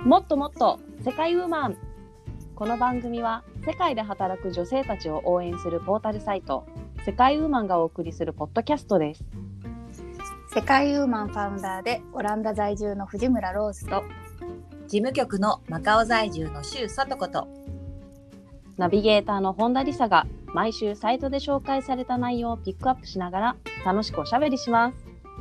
もっともっと世界ウーマン。この番組は世界で働く女性たちを応援するポータルサイト世界ウーマンがお送りするポッドキャストです。 世界ウーマンファウンダーでオランダ在住の藤村ローズと事務局のマカオ在住の周さとことナビゲーターの本田理沙が毎週サイトで紹介された内容をピックアップしながら楽しくおしゃべりします。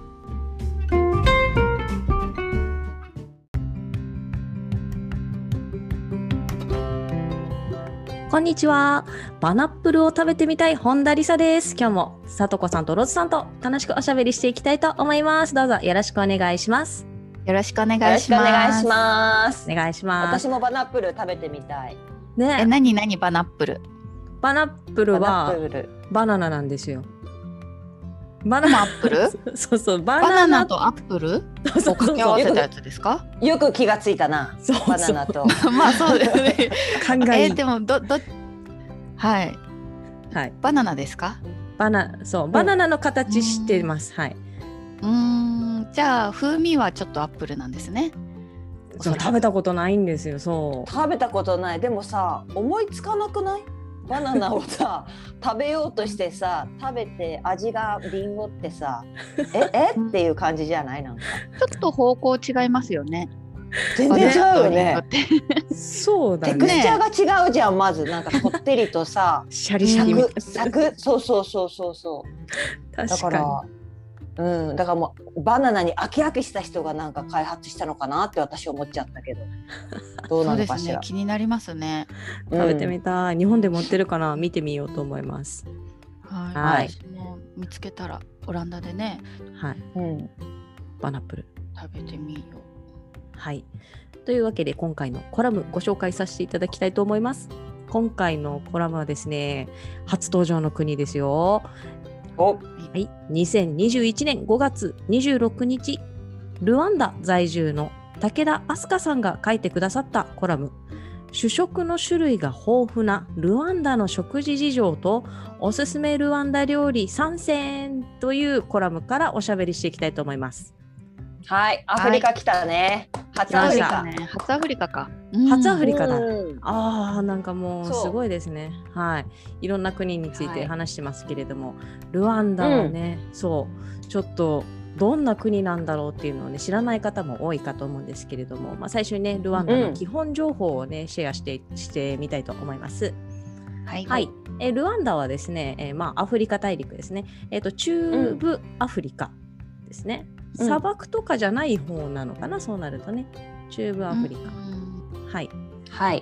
こんにちは。パナップルを食べてみたい本田理沙です。今日もさとこさんとロズさんと楽しくおしゃべりしていきたいと思います。どうぞよろしくお願いします。 よろしくお願いします。 お願いします。 私もバナップル食べてみたい。 ね、 何バナップル？ バナップルはバナナなんですよ。バナナアップル？ そうバナナとアップルを掛け合わせたやつですか？ よく気がついたな。 そうバナナとまあそうですね。でもはいバナナですか？ バナナの形してます。はい。 じゃあ風味はちょっとアップルなんですね。 食べたことないんですよ。そう食べたことない。でもさ思いつかなくない？バナナをさ食べようとしてさ食べて味がリンゴってさっていう感じじゃない？なんかちょっと方向違いますよね。 全然違うよね。 そうだね。 テクスチャーが違うじゃん。まずなんかこってりとさシャリシャリサクそう確かに。 だからもうバナナに飽き飽きした人がなんか開発したのかなって私思っちゃったけどどうなのかしら。 そうですね、気になりますね。 食べてみたい。日本でも売ってるかな、見てみようと思います。 はい。私も見つけたらオランダでね、 はい、バナップル食べてみよう。 はい。というわけで今回のコラムご紹介させていただきたいと思います。今回のコラムはですね、初登場の国ですよ。はい、2021年5月26日、ルワンダ在住の武田明日香さんが書いてくださったコラム、主食の種類が豊富なルワンダの食事事情とおすすめルワンダ料理3選というコラムからおしゃべりしていきたいと思います。 はい、アフリカ来たね。初アフリカね。初アフリカか。 初アフリカだ。なんかもうすごいですね。はい。いろんな国について話してますけれども、ルワンダはね、ちょっとどんな国なんだろうっていうのをね、知らない方も多いかと思うんですけれども、最初にね、ルワンダの基本情報をね、シェアしてみたいと思います。はい。ルワンダはですね、アフリカ大陸ですね。中部アフリカですね。砂漠とかじゃない方なのかな、そうなるとね。中部アフリカ。はい。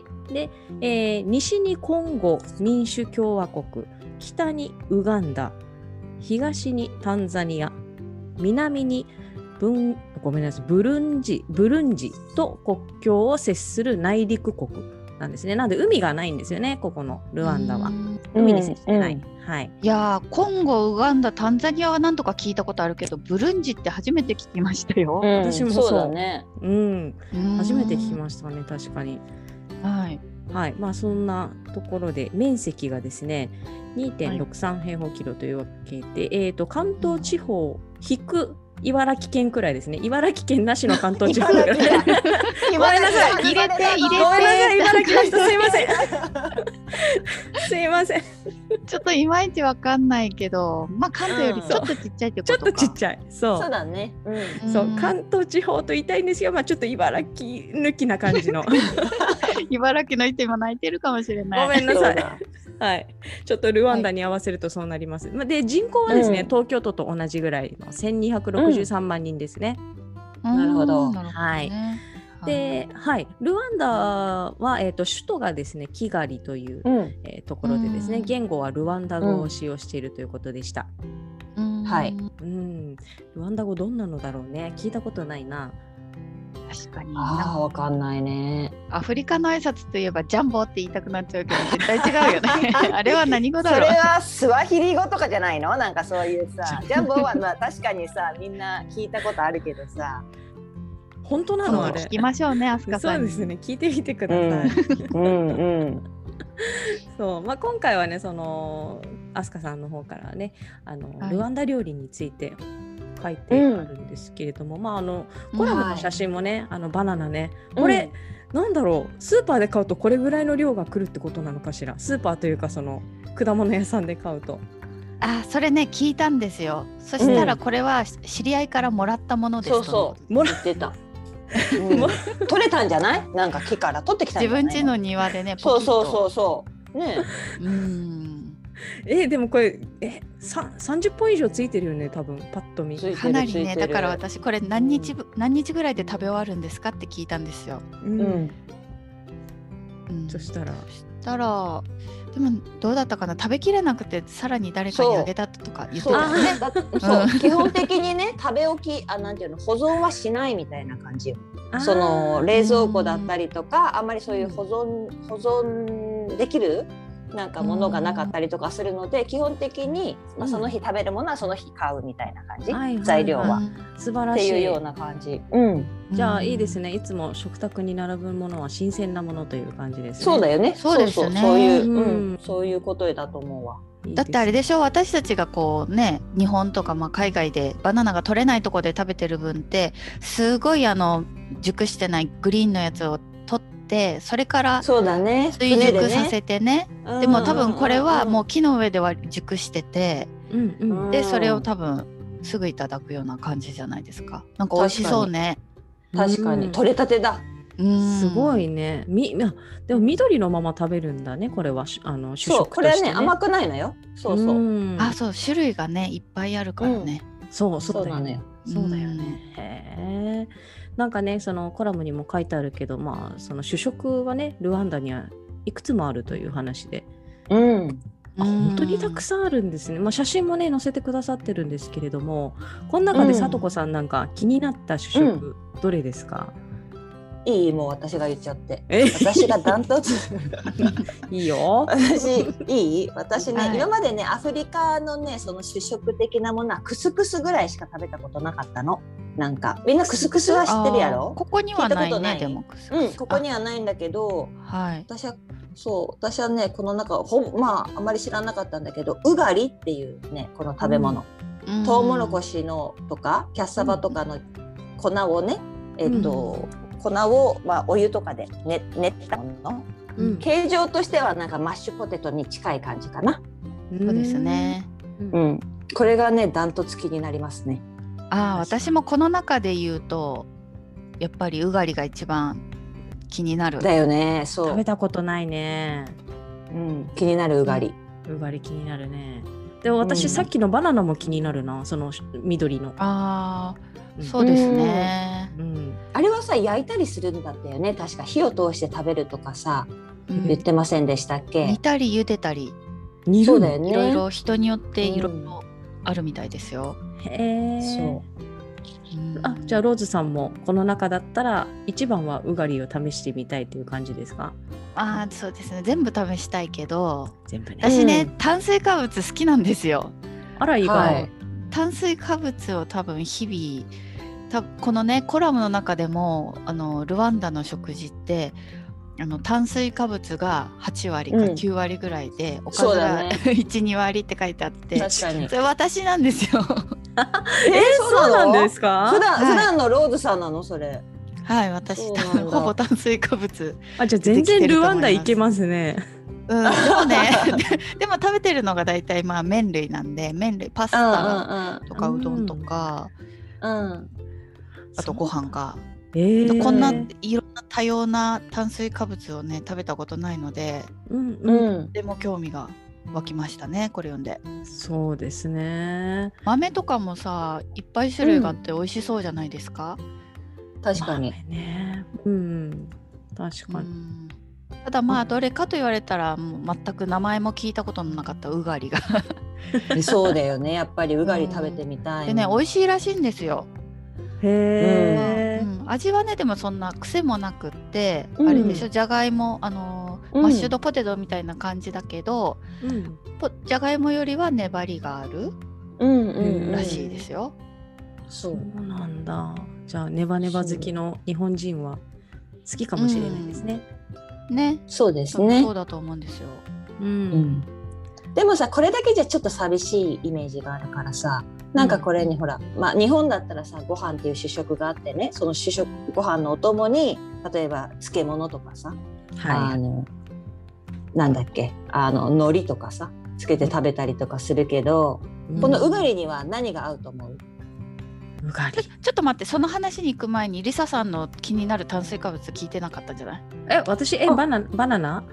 で、西にコンゴ民主共和国、北にウガンダ、東にタンザニア、南にブルンジと国境を接する内陸国なんですね。なので海がないんですよね、ここのルワンダは。海に接してない。はい。 いやコンゴ、ウガンダ、タンザニアは何とか聞いたことあるけど、ブルンジって初めて聞きましたよ。 私もそうだね。 初めて聞きましたね、確かに。はい。そんなところで面積がですね、2.63 平方キロというわけで、関東地方引く茨城県くらいですね。茨城県なしの関東地方ぐらい。ごめんなさい。 入れて。 ごめんなさい、茨城の人すいません。すいません。 ちょっといまいちわかんないけど、関東よりちょっとちっちゃいってことか。 ちょっとちっちゃい。 そうだね。 関東地方と言いたいんですよ。ちょっと茨城抜きな感じの。 茨城の人今泣いてるかもしれない。 ごめんなさい。はい、ちょっとルワンダに合わせるとそうなります。で、人口はですね、東京都と同じぐらいの1263万人ですね。 なるほど。 はい。で、ルワンダは、首都がですね、キガリという、ところでですね、言語はルワンダ語を使用しているということでした。 はい。 ルワンダ語どんなのだろうね。聞いたことないな。 確かに。 わかんないね。 アフリカの挨拶といえばジャンボって言いたくなっちゃうけど絶対違うよね。あれは何語だろう。 それはスワヒリ語とかじゃないの？なんかそういうさ、ジャンボは確かにさみんな聞いたことあるけどさ。 本当なの？あれ聞きましょうね、アスカさんに。 そうですね、聞いてみてください。そう、今回はね、アスカさんの方からね、ルワンダ料理について書いてあるんですけれども、コラムの写真もね、バナナね、これ、なんだろう、スーパーで買うとこれぐらいの量が来るってことなのかしら。スーパーというかその果物屋さんで買うと。 それね聞いたんですよ。そしたらこれは知り合いからもらったものですと。 そうもらってた。取れたんじゃない？なんか木から取ってきたんじゃない？ 自分家の庭でね。 そうね。 でもこれ30本以上ついてるよね、多分パッと見。 かなりね。だから私これ何日ぐらいで食べ終わるんですかって聞いたんですよ。 そしたらでもどうだったかな、食べきれなくてさらに誰かにあげたとか言ってたよね。 そう基本的にね食べ置きなんていうの、保存はしないみたいな感じよ。その冷蔵庫だったりとか、あんまりそういう保存できるなんかものがなかったりとかするので、基本的に、その日食べるものはその日買うみたいな感じ、材料は素晴らしいっていうような感じ。 じゃあいいですね。いつも食卓に並ぶものは新鮮なものという感じですね。 そうだよね。 そうですね。 そういうことだと思うわ。 だってあれでしょ、私たちがこうね、日本とか海外でバナナが取れないところで食べてる分ってすごい熟してないグリーンのやつを取ってそれから追熟させてね。でも多分これはもう木の上では熟してて、でそれを多分すぐいただくような感じじゃないですか。なんか美味しそうね。 確かに取れたてだ。 すごいね。でも緑のまま食べるんだね、これは主食としてね。 そう、これはね甘くないのよ。そう。 そう種類がねいっぱいあるからね。 そうだよね。そうだよね。へえ。なんかね、そのコラムにも書いてあるけど、その主食はねルワンダにはいくつもあるという話で。本当にたくさんあるんですね。写真もね載せてくださってるんですけれども、この中でさとこさんなんか気になった主食、どれですか？ いい？もう私が言っちゃって。私がダントツいいよ。 私ね、今までねアフリカのねその主食的なものはクスクスぐらいしか食べたことなかったの。なんかみんなクスクスは知ってるやろ？ ここにはないね。でもここにはないんだけど、私はねこの中あまり知らなかったんだけど、ウガリっていうねこの食べ物、トウモロコシのとかキャッサバとかの粉をね、粉をお湯とかで練ったもの、形状としてはなんかマッシュポテトに近い感じかな。 そうですね。 これがねダントツ気になりますね。 私もこの中で言うとやっぱりウガリが一番気になる。 だよね。そう。 食べたことないね。 気になるウガリ。 ウガリ気になるね。でも私さっきのバナナも気になるな、その緑の。 そうですね。 あれはさ焼いたりするんだったよね。確か火を通して食べるとかさ、言ってませんでしたっけ？ 煮たり茹でたり。 そうだよね。 いろいろ人によっていろいろあるみたいですよ。 じゃあローズさんもこの中だったら一番はウガリを試してみたいという感じですか？ そうですね。全部試したいけど、 全部ね。 私ね、炭水化物好きなんですよ。 あら意外。 炭水化物を多分日々このねコラムの中でもルワンダの食事って炭水化物が8割か9割ぐらいで、おかずが 1,2 割って書いてあって、 確かにそれ私なんですよ。 そうなんですか？ 普段のローズさんなのそれ？ はい、私ほぼ炭水化物。 じゃあ全然ルワンダいけますね。 でもねでも食べてるのが大体麺類なんで、麺類パスタとかうどんとか、あとご飯か。こんないろんな多様な炭水化物をね食べたことないので、でも興味が湧きましたね、これ読んで。 そうですね。 豆とかもさいっぱい種類があって美味しそうじゃないですか？ 確かにね。確かに。 ただどれかと言われたらもう全く名前も聞いたことのなかったウガリがそうだよね。やっぱりウガリ食べてみたい。 でね美味しいらしいんですよ。味はねでもそんな癖もなくって、あれでしょ、じゃがいもマッシュドポテトみたいな感じだけど、じゃがいもよりは粘りがあるらしいですよ。 そうなんだ。じゃあネバネバ好きの日本人は好きかもしれないですね。 そうですね。 そうだと思うんですよ。 でもさこれだけじゃちょっと寂しいイメージがあるからさ、 なんかこれにほら、日本だったらさご飯っていう主食があってね、その主食ご飯のお供に例えば漬物とかさ、なんだっけ海苔とかさつけて食べたりとかするけど、このウガリには何が合うと思う？ ウガリ。ちょっと待って、その話に行く前にリサさんの気になる炭水化物聞いてなかったんじゃない？ 私バナナバナナ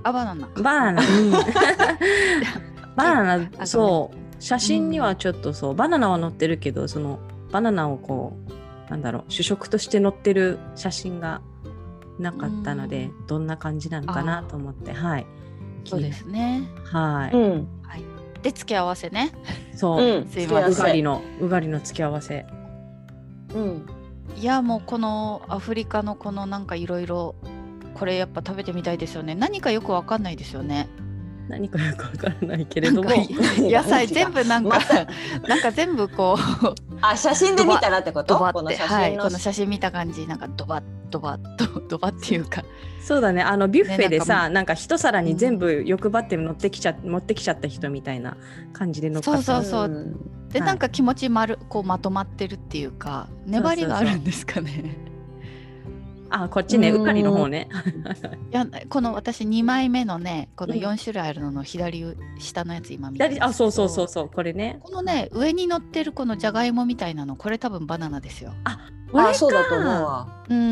そう写真にはちょっとそうバナナは載ってるけど、そのバナナをこうなんだろう主食として載ってる写真がなかったので、どんな感じなのかなと思って、 そうですね。 はい。 で付け合わせね。 そう。すいません。ウガリの付け合わせ。 いやもうこのアフリカのこのなんかいろいろこれやっぱ食べてみたいですよね。何かよくわかんないですよね。 何かよくわからないけれども野菜全部なんか全部こう写真で見たらってこと？ この写真見た感じなんかドバっていうか、 そうだね、ビュッフェでさ、なんか一皿に全部欲張って持ってきちゃった人みたいな感じで乗っかった。 そうで、なんか気持ちこうまとまってるっていうか粘りがあるんですかね。 こっちね、ウガリの方ね。 いやこの私2枚目のね、この4種類あるのの左下のやつ今見てるんですけど、 そうこれね、 このね上に乗ってるこのじゃがいもみたいなの、これ多分バナナですよ。 そうだと思うわ。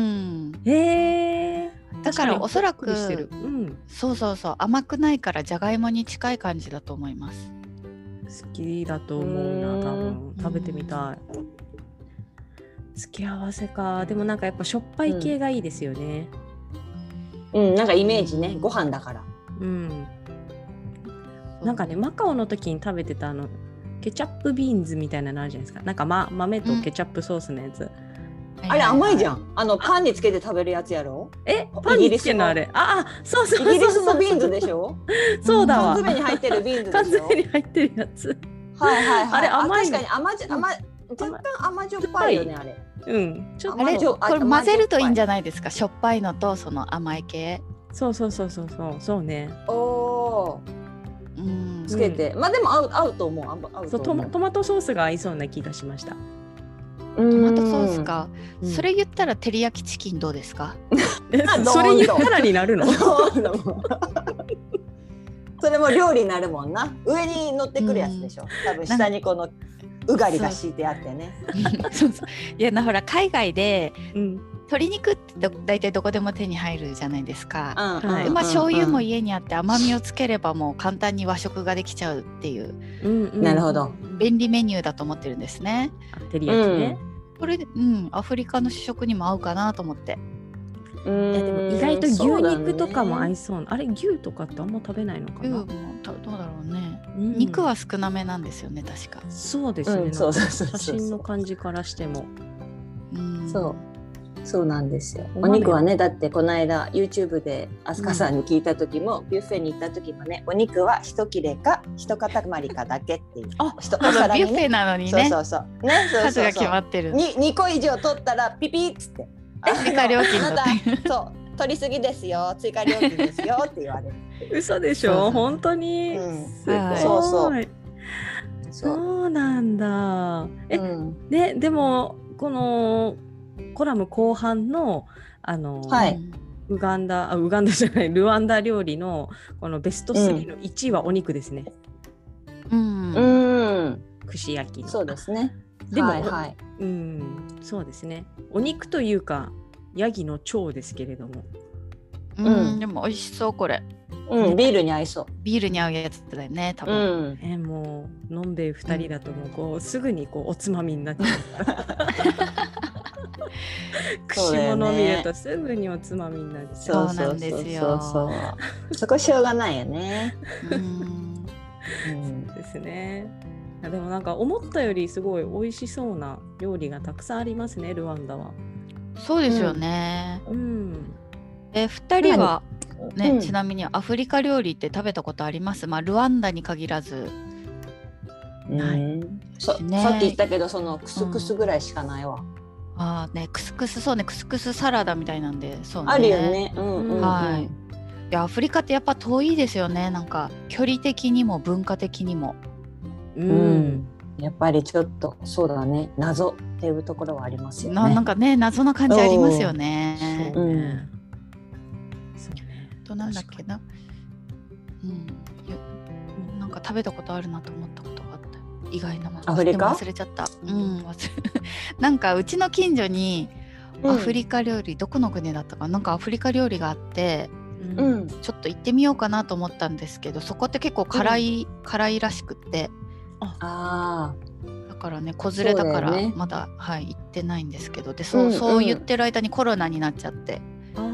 だからおそらくそう甘くないからじゃがいもに近い感じだと思います。 好きだと思うな、多分食べてみたい。付け合わせか。でもなんかやっぱしょっぱい系がいいですよね。 なんかイメージね、ご飯だから。 なんかね、マカオの時に食べてたケチャップビーンズみたいなのあるじゃないですか。なんか、豆とケチャップソースのやつ。 あれ甘いじゃん。パンにつけて食べるやつやろ？ パンにつけるのあれ。そう。 イギリスのビーンズでしょ？ そうだわ。 缶詰に入ってるビーンズでしょ？ 缶詰に入ってるやつ。 あれ甘い。 確かに若干甘じょっぱいよね、あれ。 ちょっとこれ混ぜるといいんじゃないですか？しょっぱいのとその甘い系。 そうね。 つけて、でも合うと思う。 トマトソースが合いそうな気がしました。 トマトソースか。それ言ったら照り焼きチキンどうですか？ それ言ったらになるの？ それも料理になるもんな。上に乗ってくるやつでしょ。多分下にこのウガリが敷いてあってね。 いやほら海外で鶏肉って大体どこでも手に入るじゃないですか。醤油も家にあって甘みをつければもう簡単に和食ができちゃうっていう、 なるほど、 便利メニューだと思ってるんですね。 照り焼きね。 これアフリカの主食にも合うかなと思って。 でも意外と牛肉とかも合いそうな。あれ牛とかってあんま食べないのかな？ どうだろうね。肉は少なめなんですよね、確か。 そうですね。写真の感じからしても。 そうなんですよ。お肉はね、だってこの間 YouTube で飛鳥さんに聞いた時も、ビュッフェに行った時もね、お肉は一切れか一塊かだけっていう。 ビュッフェなのにね。数が決まってる。 2個以上取ったらピピッつって。 追加料金だって。 取りすぎですよ、追加料金ですよって言われる。 嘘でしょ？本当に。そうなんだ。でもこのコラム後半のウガンダじゃないルワンダ料理のこのベスト3の1位はお肉ですね。串焼きの。 そうですね。 でもそうですね。お肉というかヤギの腸ですけれども。 でも美味しそうこれ。 ビールに合いそう。 ビールに合うやつだよね、多分。 もうのんべえ2人だともうすぐにおつまみになっちゃう。串物を見るとすぐにおつまみになっちゃう。 そうなんですよ。 そこしょうがないよね。 そうですね。でもなんか思ったよりすごい美味しそうな料理がたくさんありますね、ルワンダは。 そうですよね。2人はね、ちなみにアフリカ料理って食べたことあります？ルワンダに限らず。 さっき言ったけどそのクスクスぐらいしかないわ。 クスクスサラダみたいなんで、そうね。 あるよね。 いやアフリカってやっぱ遠いですよね。なんか距離的にも文化的にも。 やっぱりちょっとそうだね、謎っていうところはありますよね。 なんかね、謎な感じありますよね。 そうね。 となんだっけな、なんか食べたことあるなと思ったことがあった。意外なもの。 アフリカ？ 忘れちゃった。なんかうちの近所にアフリカ料理、どこの国だったかな、なんかアフリカ料理があって、ちょっと行ってみようかなと思ったんですけど、そこって結構辛いらしくって。だからね、子連れだからまだ、行ってないんですけど、でそう言ってる間にコロナになっちゃって。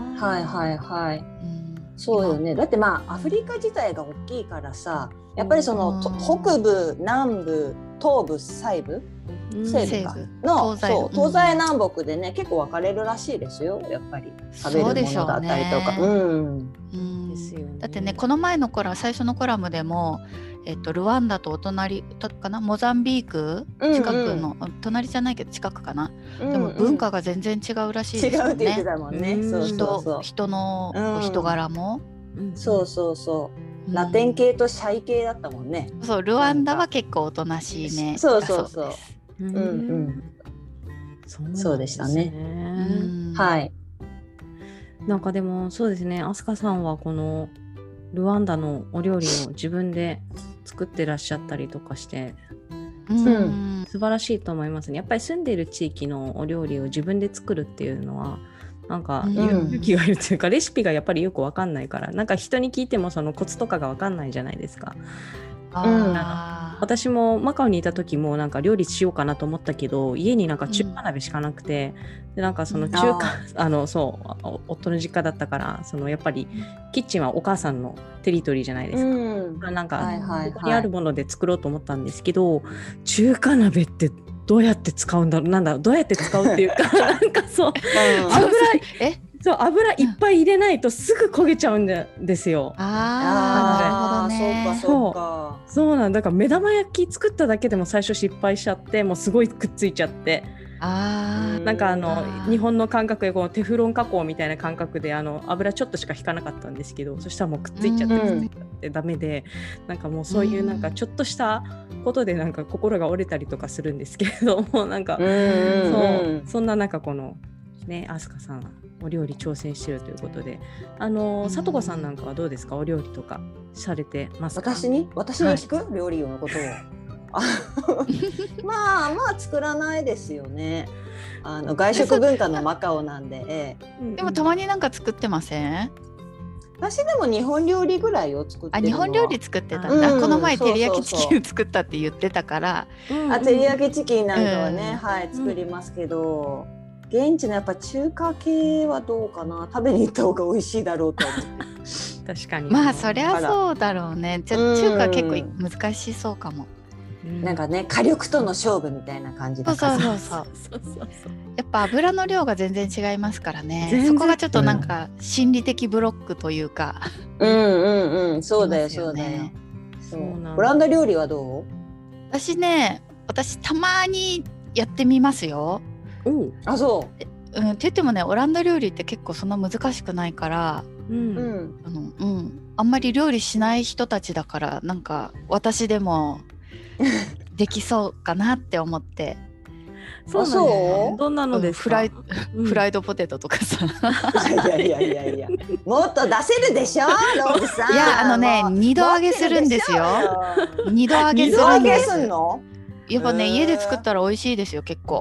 そうよね。だってまあアフリカ自体が大きいからさ、やっぱりその北部、南部、東部、西部、西部かの東西南北でね、結構分かれるらしいですよ。やっぱり食べるものだったりとか。だってね、この前の最初のコラムでも、ルワンダとお隣かな、モザンビーク近くの、隣じゃないけど近くかな、でも文化が全然違うらしいですよね。 違うって言ってたもんね。 人の人柄も、 ラテン系とシャイ系だったもんね。 そう、ルワンダは結構おとなしいね。 そうでしたね。はい。 なんかでもそうですね、飛鳥さんはこのルワンダのお料理を自分で作ってらっしゃったりとかして、素晴らしいと思いますね。やっぱり住んでいる地域のお料理を自分で作るっていうのはなんか勇気がいるというか、レシピがやっぱりよく分かんないから、なんか人に聞いてもそのコツとかが分かんないじゃないですか。私もマカオにいた時もなんか料理しようかなと思ったけど、家になんか中華鍋しかなくて、でなんかその中華、夫の実家だったから、そのやっぱりキッチンはお母さんのテリトリーじゃないですか。なんかここにあるもので作ろうと思ったんですけど、中華鍋ってどうやって使うんだろう、どうやって使うっていうかなんかそう、油いっぱい入れないとすぐ焦げちゃうんですよ。 なるほどね。 そうなんだから、目玉焼き作っただけでも最初失敗しちゃって、もうすごいくっついちゃって、なんか日本の感覚でこのテフロン加工みたいな感覚で油ちょっとしか引かなかったんですけど、そしたらもうくっついちゃってダメで、なんかもうそういうなんかちょっとしたことでなんか心が折れたりとかするんですけれども、なんかそんななんかこのね、飛鳥さんお料理挑戦してるということで、さとこさんなんかはどうですか、お料理とかされてますか？ 私に聞く、料理のことをまあ作らないですよね。外食文化のマカオなんで、 でもたまになんか作ってません？ 私でも日本料理ぐらいを作ってるのは。 日本料理作ってたんだ。この前照り焼きチキン作ったって言ってたから。 照り焼きチキンなんかはね、作りますけど、現地のやっぱ中華系はどうかな、食べに行った方が美味しいだろうと思って確かに。 まあそりゃそうだろうね。じゃあ中華結構難しそうかも。 なんかね、火力との勝負みたいな感じだから。 そうやっぱ油の量が全然違いますからね。そこがちょっとなんか心理的ブロックというか。 そうだよ。オランダ料理はどう？ 私たまにやってみますよ。 そう。 って言ってもね、オランダ料理って結構そんな難しくないから、あんまり料理しない人たちだから、なんか私でもできそうかなって思って。 そう？ どんなのですか？フライドポテトとかさ。 いやもっと出せるでしょ、ローズさん。 いや二度揚げするんですよ。二度揚げするの？やっぱね、家で作ったら美味しいですよ、結構。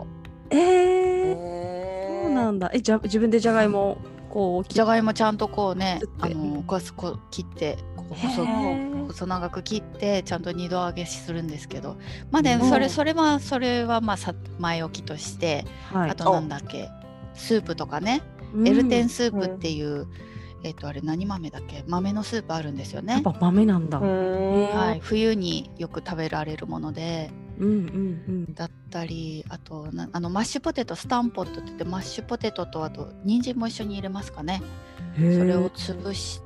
そうなんだ。自分でじゃがいもじゃがいもちゃんとこうね、切って細長く切ってちゃんと二度揚げするんですけど、まあね、それはまあ前置きとして、あとなんだっけ、スープとかね、エルテンスープっていう、あれ何豆だっけ、豆のスープあるんですよね。 やっぱ豆なんだ。 冬によく食べられるもので、だったり、あとマッシュポテト、スタンポットって言って、マッシュポテトとあと人参も一緒に入れますかね。それを潰して、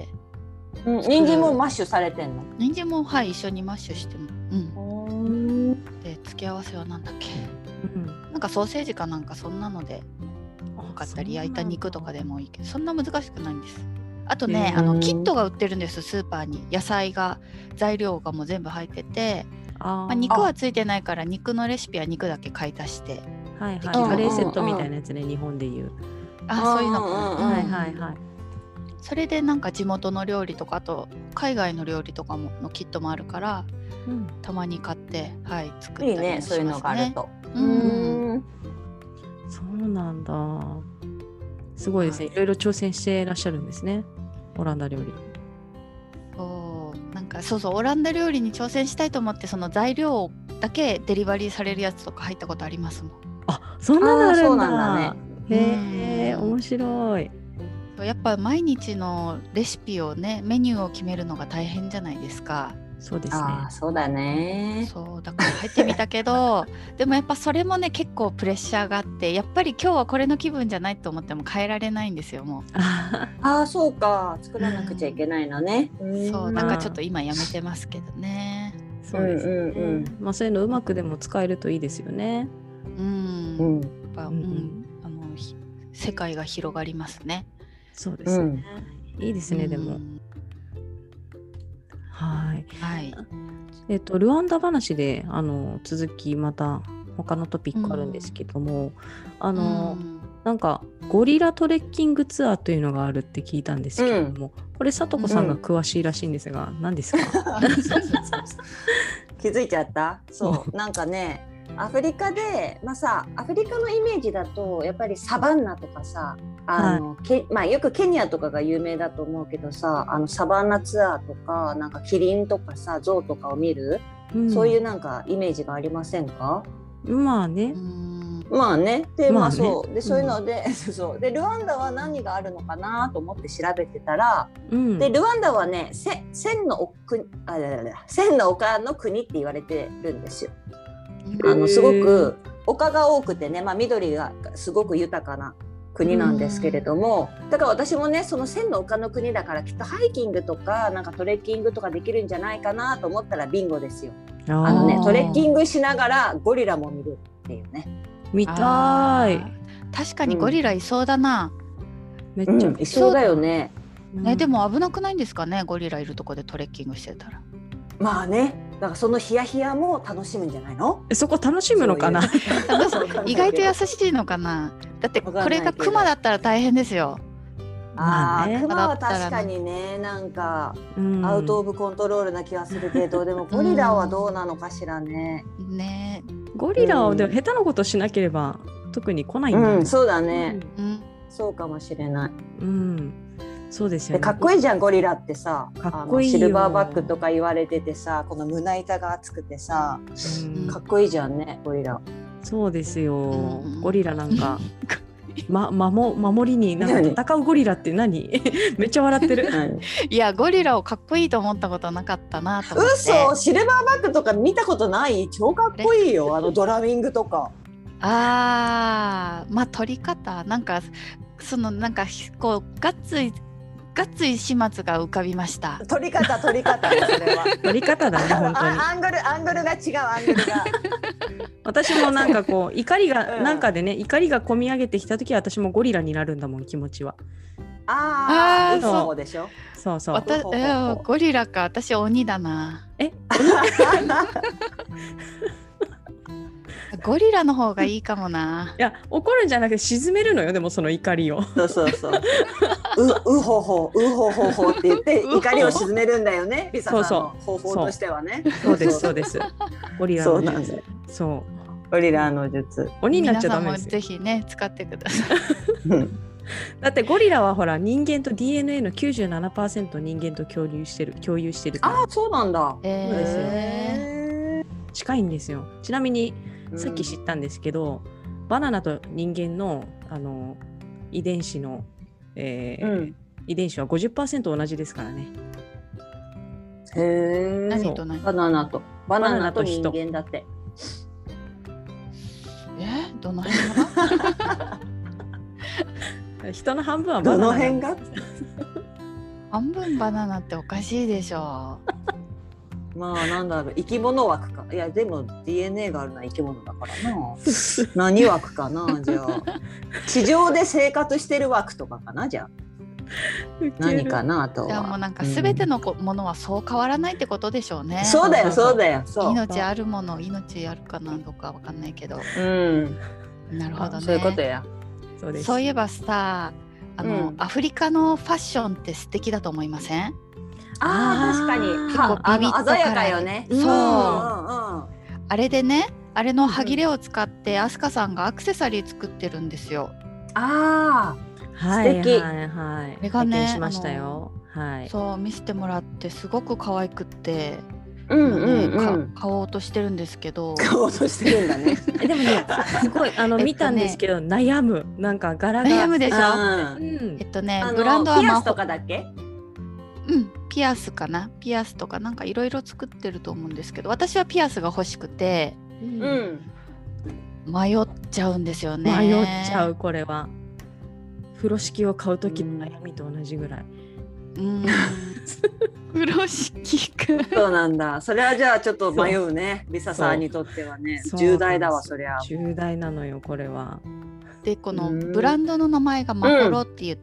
人参もマッシュされてんの？ 人参も一緒にマッシュしても、で付け合わせはなんだっけ、なんかソーセージかなんかそんなので多かったり、焼いた肉とかでもいいけど、そんな難しくないんです。あとね、キットが売ってるんです、スーパーに。野菜が材料がもう全部入ってて、 まあ、肉はついてないから肉のレシピは肉だけ買い足してはいはい、カレーセットみたいなやつね、日本でいう。 そういうのかな。 はいはいはい。 それでなんか地元の料理とかあと海外の料理とかものキットもあるから、たまに買って、作ったりもしますね。いいね、そういうのがあると。 そうなんだ。すごいですね。いろいろ挑戦していらっしゃるんですね。オランダ料理。 なんかそうオランダ料理に挑戦したいと思ってその材料だけデリバリーされるやつとか入ったことありますもん。 そんなのあるんだ。 そうなんだね。 へえ、面白い。 やっぱ毎日のレシピをね、メニューを決めるのが大変じゃないですか。 そうですね。 そうだね。 そうだから入ってみたけどでもやっぱそれもね結構プレッシャーがあって、やっぱり今日はこれの気分じゃないと思っても変えられないんですよ。もうそうか、作らなくちゃいけないのね。 そうなんかちょっと今やめてますけどね。 そうですね。まあそういうのうまくでも使えるといいですよね。 やっぱ世界が広がりますね。 そうですね。いいですね、でも。はい。ルワンダ話で続きまた他のトピックあるんですけども、なんかゴリラトレッキングツアーというのがあるって聞いたんですけども、これさとこさんが詳しいらしいんですが、何ですか？ 気づいちゃった？そうなんかね、アフリカでアフリカのイメージだとやっぱりサバンナとかさ、よくケニアとかが有名だと思うけどさ、サバンナツアーとかなんかキリンとかさ、ゾウとかを見る、そういうなんかイメージがありませんか？ まあね。 で、そういうので、でルワンダは何があるのかなと思って調べてたら、でルワンダはね、千の丘の国って言われてるんですよ。すごく丘が多くてね、緑がすごく豊かな国なんですけれども、だから私もね、その千の丘の国だからきっとハイキングとかなんかトレッキングとかできるんじゃないかなと思ったらビンゴですよ。トレッキングしながらゴリラも見るっていうね。 見たい。 確かにゴリラいそうだな。 めっちゃいそうだよね。 でも危なくないんですかね、ゴリラいるとこでトレッキングしてたら。 まあね、だからそのヒヤヒヤも楽しむんじゃないの？ そこ楽しむのかな？ 意外と優しいのかな。だってこれがクマだったら大変ですよ。 クマは確かにね、なんかアウトオブコントロールな気がするけど、でもゴリラはどうなのかしらね。 ゴリラをでも下手なことしなければ特に来ないんだよね。 そうだね。そうかもしれない。 そうですよね。 かっこいいじゃん、ゴリラってさ。 かっこいいよ。 シルバーバックとか言われててさ、この胸板が厚くてさ、かっこいいじゃんね、ゴリラ。 そうですよ。ゴリラなんか守りになんか戦うゴリラって何？めっちゃ笑ってる。 いや、ゴリラをかっこいいと思ったことなかったなと思って。 嘘、シルバーバックとか見たことない？超かっこいいよ、ドラミングとか。 撮り方なんかなんかこうガッツイ始末が浮かびました。 撮り方それは。 撮り方だね、本当に。 アングルが違う、アングルが。 私もなんかこう怒りが、なんかでね、怒りがこみ上げてきた時は私もゴリラになるんだもん、気持ちは。 そうでしょ。 そう。 ゴリラか、私鬼だな。ゴリラの方がいいかもな。 いや、怒るんじゃなくて沈めるのよ、でもその怒りを。 そう。うほほって言って怒りを沈めるんだよね。リサさんの方法としてはね。 そうです。ゴリラの術。そう。 ゴリラの術。 鬼になっちゃダメですよ。 皆さんもぜひね、使ってください。 だってゴリラはほら、人間と DNA の 97% 人間と共有してるから。 そうなんだ。 近いんですよ。ちなみにさっき知ったんですけど、バナナと人間の遺伝子の、遺伝子は 50% 同じですからね。 何と何？ バナナと人間だって。 どの辺が？ 人の半分はバナナ。 どの辺が？ 半分バナナっておかしいでしょ。 なんだろう、生き物枠か。いや、でも DNA があるのは生き物だからな。何枠かな、じゃあ。地上で生活してる枠とかかな、じゃ何かなあとは。 じゃあもうなんか全てのものはそう変わらないってことでしょうね。 そうだよそうだよ。 命あるもの、命あるかなどうかわかんないけど。なるほどね。 そういうことや。 そういえばさ、アフリカのファッションって素敵だと思いません？ 確かに。 結構ビビッと鮮やかよね。 そう。あれでね、あれの歯切れを使って飛鳥さんがアクセサリー作ってるんですよ。 素敵。 はい。 これがね、 しましたよ。はい。 そう見せてもらってすごく可愛くって、買おうとしてるんですけど。 買おうとしてるんだね。 でもね、すごい見たんですけど悩む。なんか柄が悩むでしょ。ブランドはピアスとかだっけ？ ピアスかな、ピアスとかなんかいろいろ作ってると思うんですけど、私はピアスが欲しくて、迷っちゃうんですよね。 迷っちゃう。これは風呂敷を買う時の悩みと同じぐらい。 風呂敷か。 そうなんだ。それはじゃあちょっと迷うね。リサさんにとってはね、重大だわそりゃ。 重大なのよこれは。 でこのブランドの名前がマホロって言って、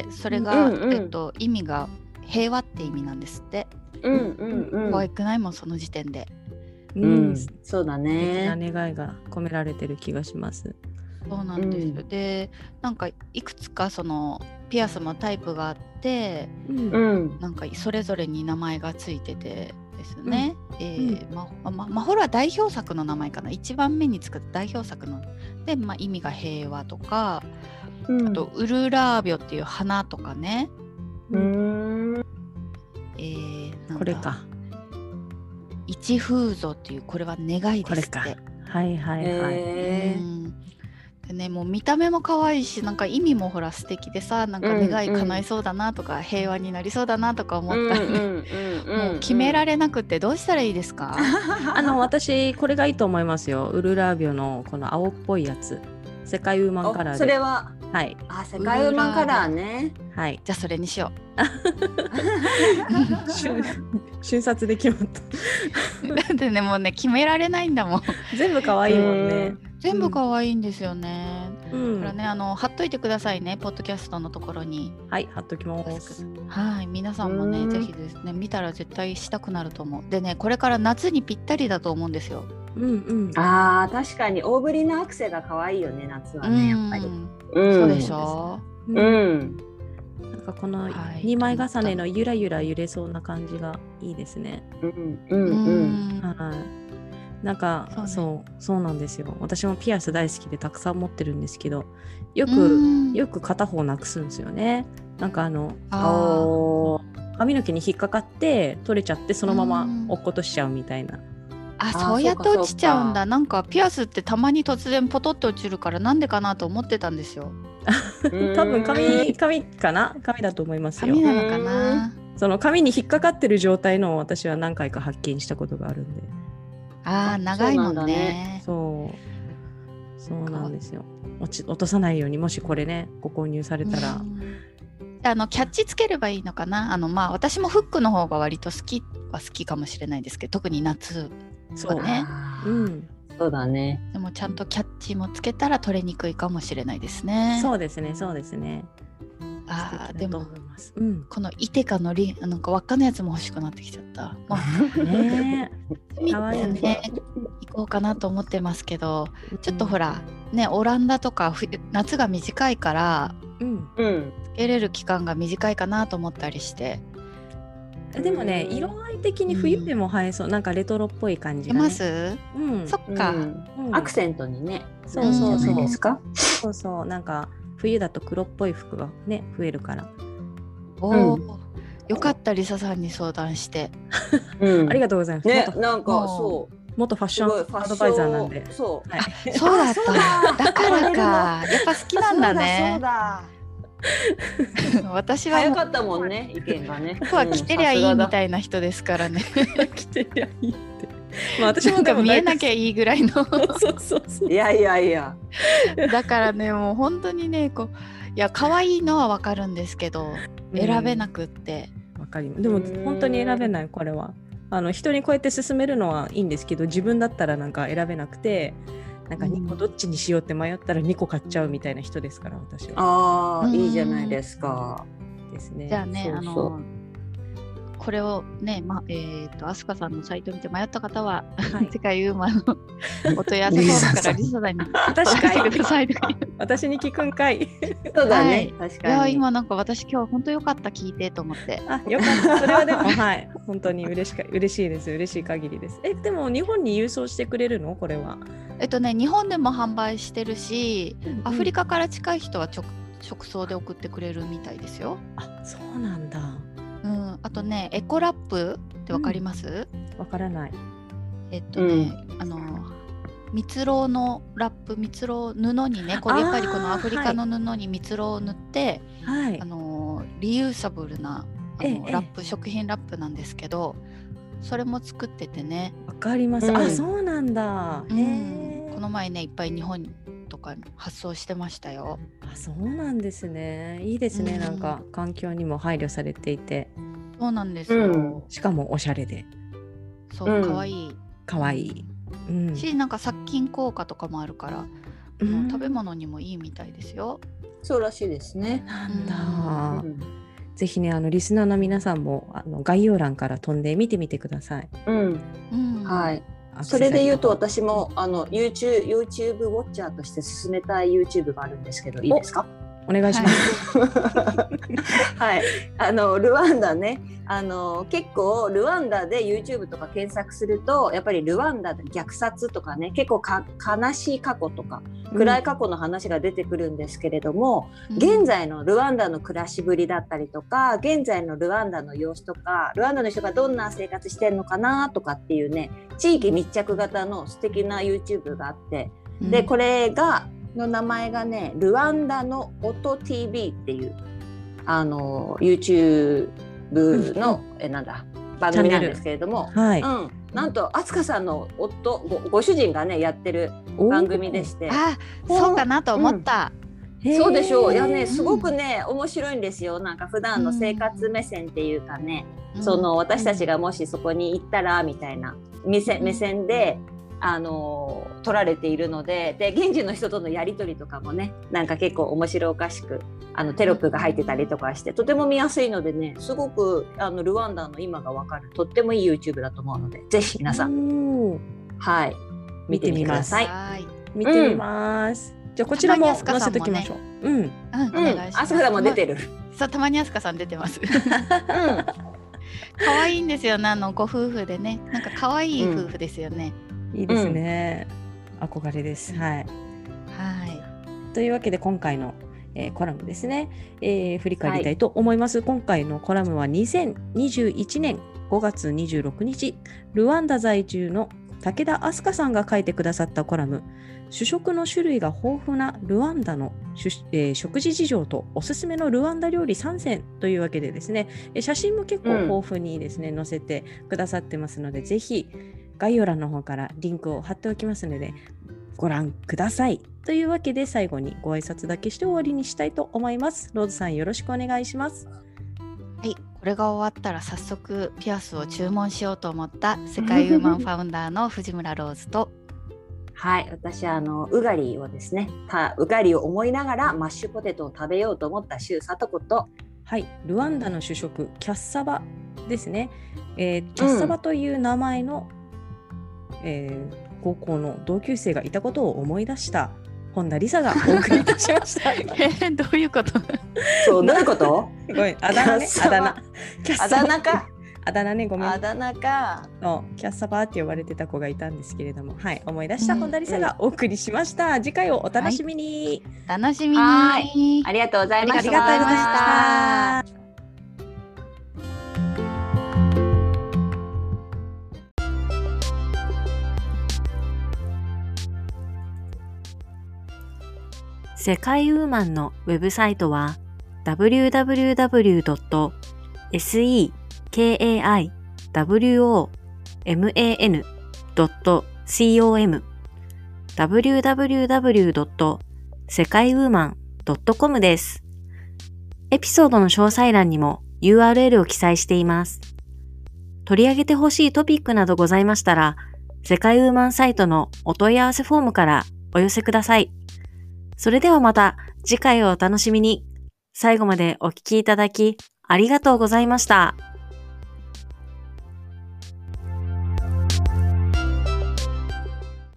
それが意味が平和って意味なんですって。可愛くないもんその時点で。 そうだね。 素敵な願いが込められてる気がします。 そうなんですよ。でなんかいくつかそのピアスもタイプがあって、なんかそれぞれに名前がついててですね。マホロは代表作の名前かな。一番目につく代表作ので、意味が平和とか、あとウルラービョっていう花とかね。 これか。 一風像っていうこれは願いですって。 はいはいはい。 でね、もう見た目も可愛いし、なんか意味もほら素敵でさ、なんか願い叶いそうだなとか、平和になりそうだなとか思ったら、もう決められなくてどうしたらいいですか？ 私これがいいと思いますよ。ウルラービョのこの青っぽいやつ、世界ウーマンカラーで。 それははい。 世界ウーマンカラーね。 はい。 じゃあそれにしよう。瞬殺で決まった。 だってね、もうね決められないんだもん。 全部可愛いもんね。 全部可愛いんですよね。だからね、貼っといてくださいね、ポッドキャストのところに。 はい、貼っときます。 はい、皆さんもね、ぜひですね、見たら絶対したくなると思う。でね、これから夏にぴったりだと思うんですよ。 確かに大ぶりのアクセが可愛いよね、夏はね、やっぱり。 そうでしょ。 なんかこの2枚重ねのゆらゆら揺れそうな感じがいいですね。なんかそうなんですよ。私もピアス大好きでたくさん持ってるんですけど、よく片方なくすんですよね。なんか髪の毛に引っかかって取れちゃって、そのまま落っことしちゃうみたいな。 そうやって落ちちゃうんだ。なんかピアスってたまに突然ポトって落ちるから、なんでかなと思ってたんですよ。 多分髪かな、髪だと思いますよ。 髪なのかな。 その髪に引っかかってる状態の私は何回か発見したことがあるんで。 長いもんね。 そうなんですよ。落とさないように、もしこれねご購入されたら、 キャッチつければいいのかな。私もフックの方が割と好きかもしれないですけど、特に夏はね。 そうだね。 でもちゃんとキャッチもつけたら取れにくいかもしれないですね。 そうですね。 でもこのイテカのなんか輪っかのやつも欲しくなってきちゃった。 ねえ、 かわいいね。行こうかなと思ってますけど、ちょっとほらね、オランダとか夏が短いから、つけれる期間が短いかなと思ったりして。 でもね、色合い的に冬でも映えそう。なんかレトロっぽい感じが、 ね。ます？そっか。 アクセントにね。 そうですか？ なんか冬だと黒っぽい服がね増えるから。 よかった、リサさんに相談して。 ありがとうございます。 ね、なんか元ファッションアドバイザーなんで。 そうだった。だからか。やっぱ好きなんだね。 そうだ。 私は早かったもんね、意見がね。 服は着てりゃいいみたいな人ですからね。 着てりゃいいって。 私も見えなきゃいいぐらいの。 いや。 だからね、もう本当にね、いや可愛いのはわかるんですけど、選べなくって。 わかります。でも本当に選べない、これは。人にこうやって勧めるのはいいんですけど、自分だったらなんか選べなくて、なんか2個どっちにしようって迷ったら2個買っちゃうみたいな人ですから、私は。 いいじゃないですか。 ですね。 じゃあね、これをね、アスカさんのサイト見て迷った方は、世界ウーマンのお問い合わせフォームからリサさんに確かにください。 私に聞くんかい。 そうだね、確かに。 いや、今なんか私今日本当よかった聞いてと思って。 あ、よかった。それはでもはい本当に嬉しいです。嬉しい限りです。でも日本に郵送してくれるの？これは。 日本でも販売してるし、アフリカから近い人は直送で送ってくれるみたいですよ。 あ、そうなんだ。 あとね、エコラップってわかります？ わからない。 蜜蝋のラップ、蜜蝋布にね、やっぱりこのアフリカの布に蜜蝋を塗って、リユーサブルなラップ、食品ラップなんですけど、それも作っててね。 わかります。あ、そうなんだ。 この前ね、いっぱい日本とか発送してましたよ。 あ、そうなんですね。いいですね。なんか環境にも配慮されていて。 そうなんですよ。 しかもおしゃれで。 そう、かわいい。 かわいい。 し、なんか殺菌効果とかもあるから、食べ物にもいいみたいですよ。 そうらしいですね。 なんだ。ぜひね、リスナーの皆さんも概要欄から飛んで見てみてください。 はい。それで言うと私もYouTube ウォッチャーとして進めたい YouTube があるんですけど、いいですか？ お願いします。 はい、ルワンダね、結構ルワンダで YouTube とか検索するとやっぱりルワンダで虐殺とかね、結構悲しい過去とか暗い過去の話が出てくるんですけれども、現在のルワンダの暮らしぶりだったりとか、現在のルワンダの様子とか、ルワンダの人がどんな生活してるのかなとかっていうね、地域密着型の素敵な YouTube があって、でこれの名前がね、ルワンダの音 TV っていうYouTube の、番組なんですけれども、なんと飛鳥さんのご主人がねやってる番組でして、 そうかなと思った。 そうでしょう。いやね、すごくね面白いんですよ。なんか普段の生活目線っていうかね、私たちがもしそこに行ったらみたいな目線で撮られているので、現地の人とのやり取りとかもね、なんか結構面白おかしくテロップが入ってたりとかして、とても見やすいのでね、すごくルワンダの今がわかるとってもいい YouTube だと思うので、ぜひ皆さん見てみてください。 見てみます。じゃあこちらも載せておきましょう。 お願いします。 飛鳥さんも出てる。 そう、たまに飛鳥さん出てます。可愛いんですよね、ご夫婦でね、なんか可愛い夫婦ですよね。 いいですね。憧れです。はい。というわけで今回の、コラムですね、振り返りたいと思います。今回のコラムは2021年5月26日、ルワンダ在住の武田飛鳥さんが書いてくださったコラム、主食の種類が豊富なルワンダの食事事情とおすすめのルワンダ料理3選というわけでですね、写真も結構豊富にですね、載せてくださってますので、ぜひ概要欄の方からリンクを貼っておきますのでご覧ください。というわけで最後にご挨拶だけして終わりにしたいと思います。ローズさん、よろしくお願いします。 はい、これが終わったら早速ピアスを注文しようと思った世界ウーマンファウンダーの藤村ローズとはい、私はウガリをですね、ウガリを思いながらマッシュポテトを食べようと思った周里子と、 はい、ルワンダの主食キャッサバですね、キャッサバという名前の、高校の同級生がいたことを思い出した本田理沙がお送りいたしました。 どういうこと？ そう、どういうこと？ ごめん、あだ名ね、あだ名か。あだ名ね、ごめん。 あだ名か。 キャッサバーって呼ばれてた子がいたんですけれども、はい、思い出した本田理沙がお送りしました。次回をお楽しみに。 楽しみに。 ありがとうございました。 ありがとうございました。世界ウーマンのウェブサイトは www.sekaiwoman.com www.sekaiwoman.com です。エピソードの詳細欄にも URL を記載しています。取り上げてほしいトピックなどございましたら、世界ウーマンサイトのお問い合わせフォームからお寄せください。それではまた次回をお楽しみに。 最後までお聞きいただきありがとうございました。